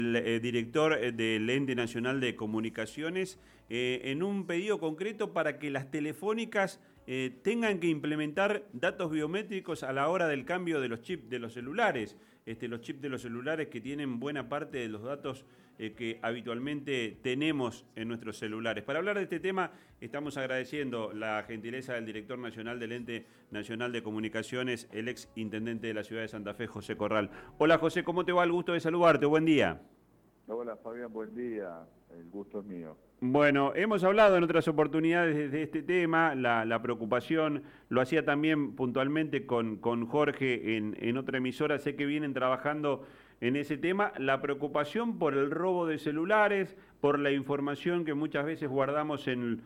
El director del Ente Nacional de Comunicaciones en un pedido concreto para que las telefónicas tengan que implementar datos biométricos a la hora del cambio de los chips de los celulares. Los chips de los celulares que tienen buena parte de los datos que habitualmente tenemos en nuestros celulares. Para hablar de este tema, estamos agradeciendo la gentileza del director nacional del Ente Nacional de Comunicaciones, el ex intendente de la ciudad de Santa Fe, José Corral. Hola José, ¿cómo te va? El gusto de saludarte, buen día. Hola Fabián, buen día, el gusto es mío. Bueno, hemos hablado en otras oportunidades de este tema, la preocupación, lo hacía también puntualmente con Jorge en otra emisora, sé que vienen trabajando en ese tema, la preocupación por el robo de celulares, por la información que muchas veces guardamos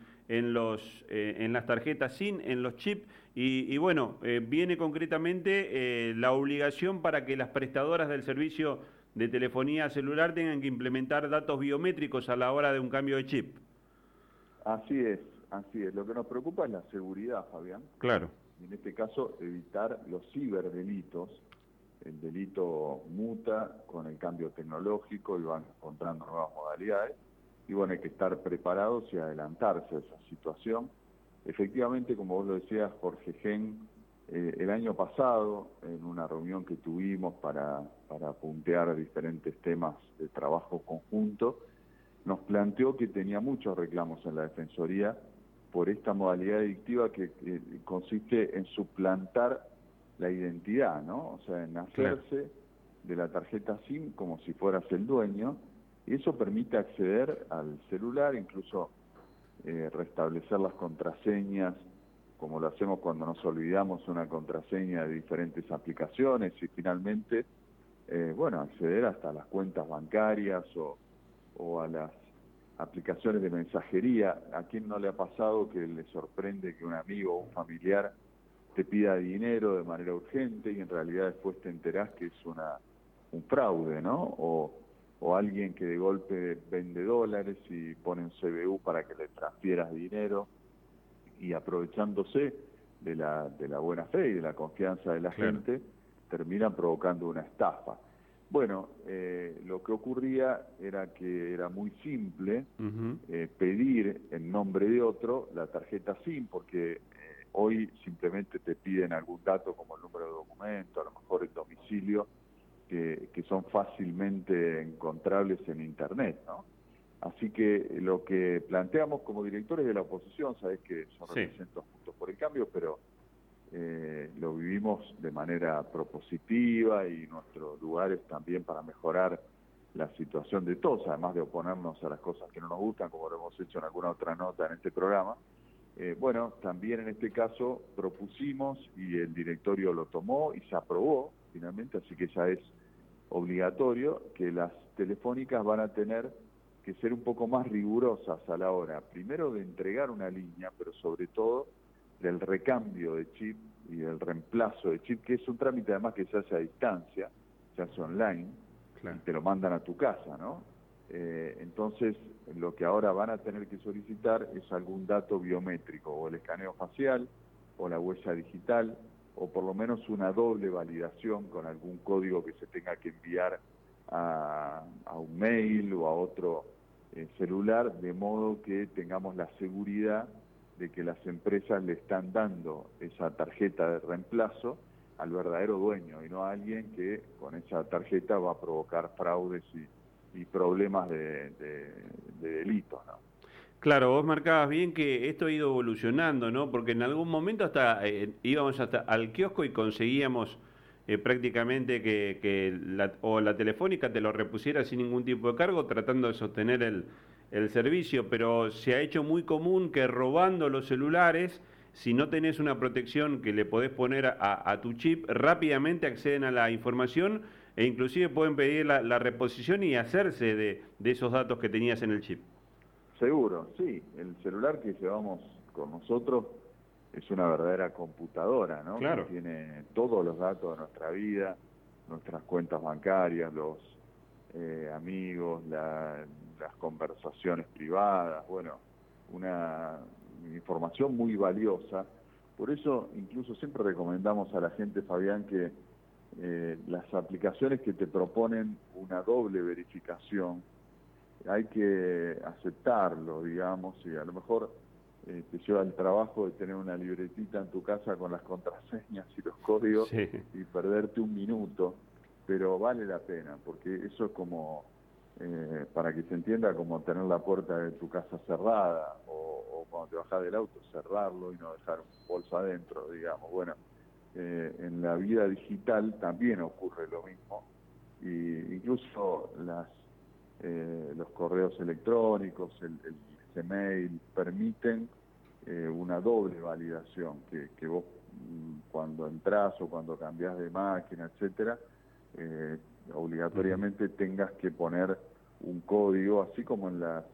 en las tarjetas SIM, en los chips, y bueno, viene concretamente la obligación para que las prestadoras del servicio de telefonía celular tengan que implementar datos biométricos a la hora de un cambio de chip. Así es, así es. Lo que nos preocupa es la seguridad, Fabián. Claro. Y en este caso, evitar los ciberdelitos. El delito muta con el cambio tecnológico y van encontrando nuevas modalidades. Y bueno, hay que estar preparados y adelantarse a esa situación. Efectivamente, como vos lo decías, Jorge Gen, el año pasado, en una reunión que tuvimos para puntear diferentes temas de trabajo conjunto, nos planteó que tenía muchos reclamos en la Defensoría por esta modalidad adictiva que consiste en suplantar la identidad, ¿no? O sea, en hacerse de la tarjeta SIM como si fueras el dueño, y eso permite acceder al celular, incluso restablecer las contraseñas, como lo hacemos cuando nos olvidamos una contraseña de diferentes aplicaciones, y finalmente, bueno, acceder hasta las cuentas bancarias o a las aplicaciones de mensajería. ¿A quién no le ha pasado que le sorprende que un amigo o un familiar te pida dinero de manera urgente y en realidad después te enterás que es un fraude, ¿no? O alguien que de golpe vende dólares y pone un CBU para que le transfieras dinero, y aprovechándose de la buena fe y de la confianza de la gente, terminan provocando una estafa. Bueno, lo que ocurría era que era muy simple pedir en nombre de otro la tarjeta SIM, porque hoy simplemente te piden algún dato como el número de documento, a lo mejor el domicilio, que son fácilmente encontrables en Internet, ¿no? Así que lo que planteamos como directores de la oposición, sabés que yo represento Juntos por el Cambio, pero lo vivimos de manera propositiva y nuestros lugares también para mejorar la situación de todos, además de oponernos a las cosas que no nos gustan, como lo hemos hecho en alguna otra nota en este programa. Bueno, también en este caso propusimos y el directorio lo tomó y se aprobó finalmente, así que ya es obligatorio que las telefónicas van a tener que ser un poco más rigurosas a la hora, primero de entregar una línea, pero sobre todo del recambio de chip y del reemplazo de chip, que es un trámite además que se hace a distancia, se hace online, y te lo mandan a tu casa, ¿no? Entonces, lo que ahora van a tener que solicitar es algún dato biométrico, o el escaneo facial, o la huella digital, o por lo menos una doble validación con algún código que se tenga que enviar a un mail o a otro celular, de modo que tengamos la seguridad de que las empresas le están dando esa tarjeta de reemplazo al verdadero dueño y no a alguien que con esa tarjeta va a provocar fraudes y problemas de delitos, ¿no? Claro, vos marcabas bien que esto ha ido evolucionando, ¿no? Porque en algún momento hasta íbamos hasta al kiosco y conseguíamos prácticamente que la telefónica te lo repusiera sin ningún tipo de cargo, tratando de sostener el servicio, pero se ha hecho muy común que robando los celulares, si no tenés una protección que le podés poner a tu chip, rápidamente acceden a la información e inclusive pueden pedir la reposición y hacerse de esos datos que tenías en el chip. Seguro, sí. El celular que llevamos con nosotros es una verdadera computadora, ¿no? Claro. Que tiene todos los datos de nuestra vida, nuestras cuentas bancarias, los amigos, las conversaciones privadas, bueno, una información muy valiosa. Por eso incluso siempre recomendamos a la gente, Fabián, que las aplicaciones que te proponen una doble verificación, hay que aceptarlo, digamos, y a lo mejor te lleva el trabajo de tener una libretita en tu casa con las contraseñas y los códigos Sí. y perderte un minuto, pero vale la pena, porque eso es como, para que se entienda, como tener la puerta de tu casa cerrada, o cuando te bajás del auto, cerrarlo y no dejar un bolso adentro, digamos. Bueno, en la vida digital también ocurre lo mismo, y incluso los correos electrónicos, el Gmail, permiten una doble validación, que vos cuando entras o cuando cambiás de máquina, etcétera, obligatoriamente tengas que poner un código, así como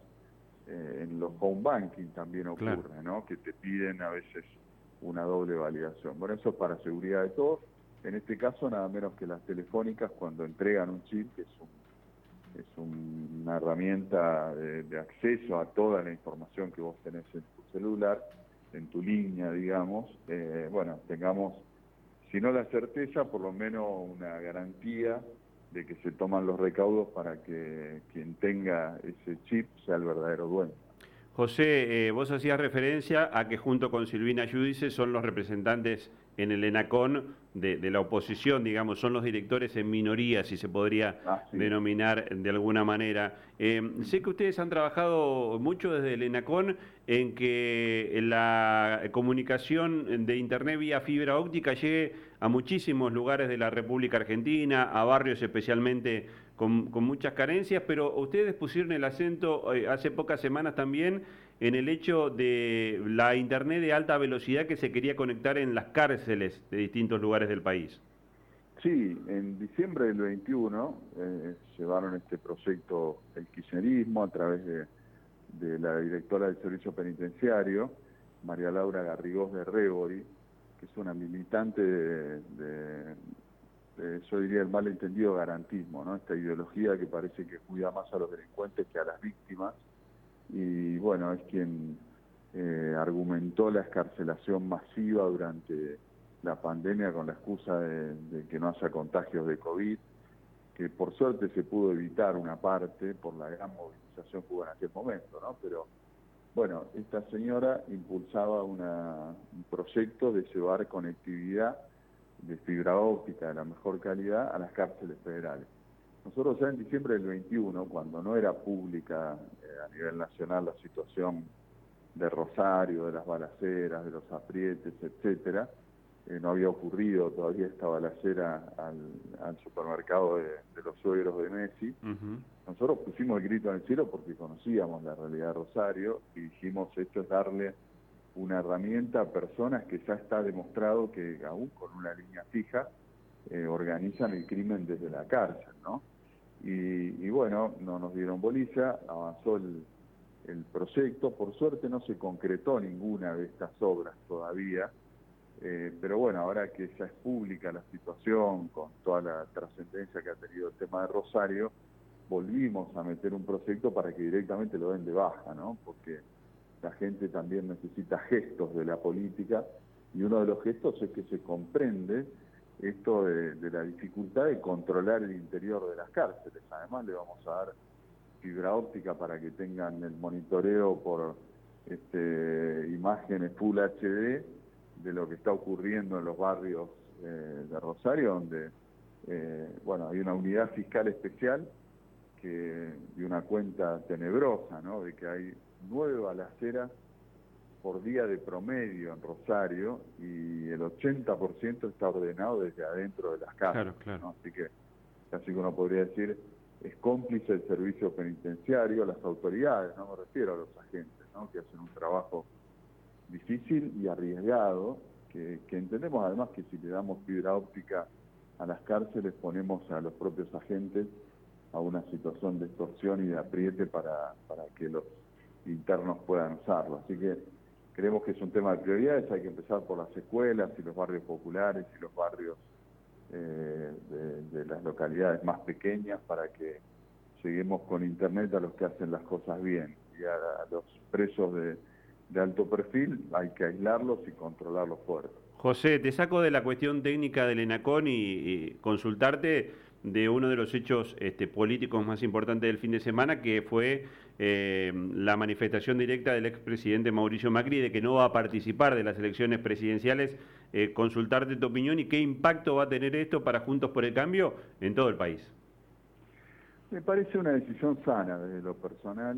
en los home banking también ocurre, Claro. ¿no? Que te piden a veces una doble validación. Bueno, eso es para seguridad de todos. En este caso, nada menos que las telefónicas, cuando entregan un chip, que es una herramienta de acceso a toda la información que vos tenés en tu celular, en tu línea, digamos, bueno, tengamos, si no la certeza, por lo menos una garantía de que se toman los recaudos para que quien tenga ese chip sea el verdadero dueño. José, vos hacías referencia a que junto con Silvina Giudice son los representantes en el ENACON de la oposición, digamos, son los directores en minoría, si se podría Así es. denominar de alguna manera. Sé que ustedes han trabajado mucho desde el ENACON en que la comunicación de Internet vía fibra óptica llegue a muchísimos lugares de la República Argentina, a barrios especialmente con muchas carencias, pero ustedes pusieron el acento hace pocas semanas también en el hecho de la Internet de alta velocidad que se quería conectar en las cárceles de distintos lugares del país. Sí, en diciembre del 21 llevaron este proyecto el kirchnerismo a través de la directora del Servicio Penitenciario, María Laura Garrigós de Rébori, que es una militante yo diría, el malentendido garantismo, ¿no? Esta ideología que parece que cuida más a los delincuentes que a las víctimas, y bueno, es quien argumentó la excarcelación masiva durante la pandemia con la excusa de que no haya contagios de COVID, que por suerte se pudo evitar una parte por la gran movilización que hubo en aquel momento, ¿no? Pero bueno, esta señora impulsaba un proyecto de llevar conectividad de fibra óptica de la mejor calidad a las cárceles federales. Nosotros ya en diciembre del 21, cuando no era pública a nivel nacional la situación de Rosario, de las balaceras, de los aprietes, etcétera, no había ocurrido todavía esta balacera al supermercado de los suegros de Messi. Nosotros pusimos el grito en el cielo porque conocíamos la realidad de Rosario y dijimos, esto es darle una herramienta a personas que ya está demostrado que aún con una línea fija organizan el crimen desde la cárcel, ¿no? Y bueno, no nos dieron bolilla, avanzó el proyecto, por suerte no se concretó ninguna de estas obras todavía, pero bueno, ahora que ya es pública la situación, con toda la trascendencia que ha tenido el tema de Rosario, volvimos a meter un proyecto para que directamente lo den de baja, ¿no? Porque la gente también necesita gestos de la política, y uno de los gestos es que se comprende esto de la dificultad de controlar el interior de las cárceles. Además le vamos a dar fibra óptica para que tengan el monitoreo por imágenes Full HD de lo que está ocurriendo en los barrios de Rosario, donde bueno, hay una unidad fiscal especial y una cuenta tenebrosa, ¿no? De que hay 9 balaceras por día de promedio en Rosario, y el 80% está ordenado desde adentro de las casas. Claro, claro. ¿no? Así que casi que uno podría decir, es cómplice el servicio penitenciario, las autoridades, no me refiero a los agentes, ¿no? Que hacen un trabajo difícil y arriesgado, que entendemos además que si le damos fibra óptica a las cárceles ponemos a los propios agentes a una situación de extorsión y de apriete para que los internos puedan usarlo. Así que creemos que es un tema de prioridades, hay que empezar por las escuelas y los barrios populares y los barrios de las localidades más pequeñas, para que lleguemos con internet a los que hacen las cosas bien, y a los presos de alto perfil hay que aislarlos y controlarlos fuerte. José, te saco de la cuestión técnica del ENACON y consultarte de uno de los hechos políticos más importantes del fin de semana, que fue la manifestación directa del expresidente Mauricio Macri de que no va a participar de las elecciones presidenciales. Consultarte tu opinión y qué impacto va a tener esto para Juntos por el Cambio en todo el país. Me parece una decisión sana desde lo personal.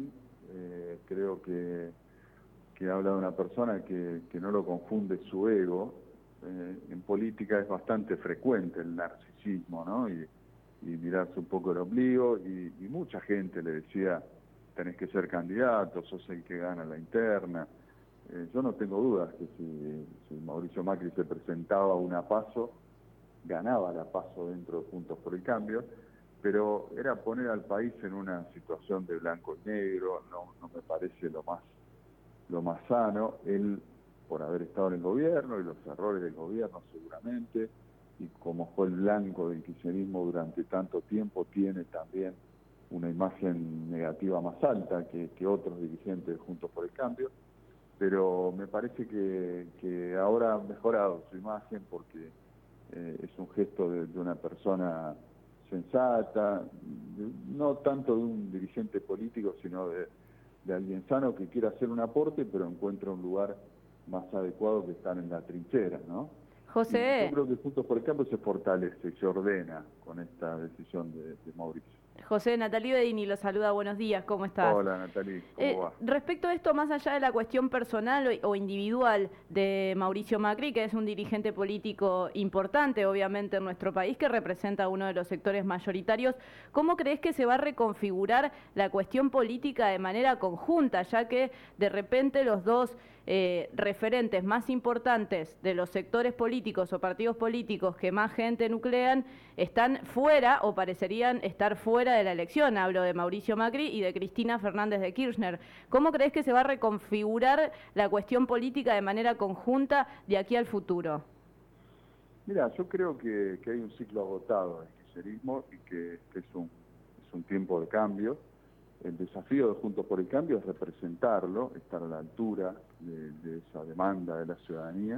Creo que habla de una persona que no lo confunde su ego. En política es bastante frecuente el narcisismo, ¿no? Y mirarse un poco el ombligo, y mucha gente le decía, tenés que ser candidato, sos el que gana la interna. Yo no tengo dudas que si Mauricio Macri se presentaba a una PASO, ganaba la PASO dentro de Juntos por el Cambio, pero era poner al país en una situación de blanco y negro. No me parece lo más sano. Él, por haber estado en el gobierno y los errores del gobierno seguramente, y como fue el blanco del kirchnerismo durante tanto tiempo, tiene también una imagen negativa más alta que otros dirigentes de Juntos por el Cambio, pero me parece que ahora ha mejorado su imagen porque es un gesto de una persona sensata, no tanto de un dirigente político, sino de alguien sano que quiera hacer un aporte, pero encuentra un lugar más adecuado que estar en la trinchera, ¿no? José. Y yo creo que Juntos por el Cambio se fortalece, se ordena con esta decisión de Mauricio. José, Natalie Bedini lo saluda, buenos días, ¿cómo estás? Hola Natalie, ¿cómo va? Respecto a esto, más allá de la cuestión personal o individual de Mauricio Macri, que es un dirigente político importante obviamente en nuestro país, que representa a uno de los sectores mayoritarios, ¿cómo crees que se va a reconfigurar la cuestión política de manera conjunta, ya que de repente los dos referentes más importantes de los sectores políticos o partidos políticos que más gente nuclean están fuera o parecerían estar fuera de la elección? Hablo de Mauricio Macri y de Cristina Fernández de Kirchner. ¿Cómo crees que se va a reconfigurar la cuestión política de manera conjunta de aquí al futuro? Mira, yo creo que hay un ciclo agotado del kirchnerismo y que es un tiempo de cambio. El desafío de Juntos por el Cambio es representarlo, estar a la altura de esa demanda de la ciudadanía.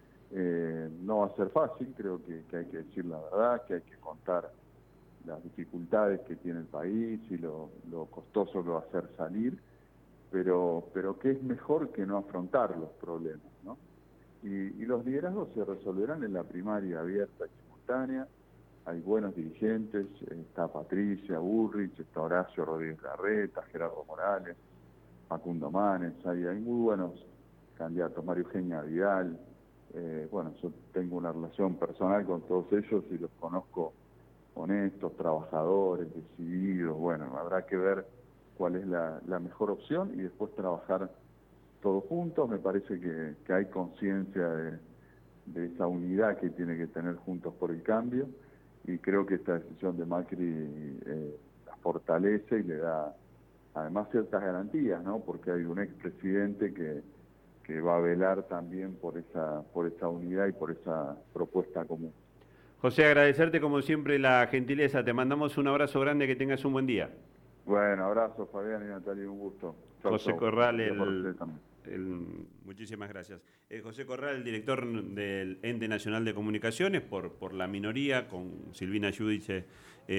No va a ser fácil, creo que hay que decir la verdad, que hay que contar las dificultades que tiene el país y lo costoso que va a ser salir, pero que es mejor que no afrontar los problemas, ¿no? Y los liderazgos se resolverán en la primaria abierta y simultánea. Hay buenos dirigentes, está Patricia Bullrich, está Horacio Rodríguez Larreta, Gerardo Morales, Facundo Manes, hay muy buenos candidatos, María Eugenia Vidal. Bueno, yo tengo una relación personal con todos ellos y los conozco honestos, trabajadores, decididos. Bueno, habrá que ver cuál es la mejor opción y después trabajar todos juntos. Me parece que hay conciencia de esa unidad que tiene que tener Juntos por el Cambio, y creo que esta decisión de Macri la fortalece y le da además ciertas garantías, ¿no? Porque hay un expresidente que va a velar también por esa unidad y por esa propuesta común. José, agradecerte como siempre la gentileza. Te mandamos un abrazo grande, que tengas un buen día. Bueno, abrazo Fabián y Natalia, un gusto. Chau, José chau. Corral, muchísimas gracias. José Corral, el director del Ente Nacional de Comunicaciones, por la minoría, con Silvina Giudice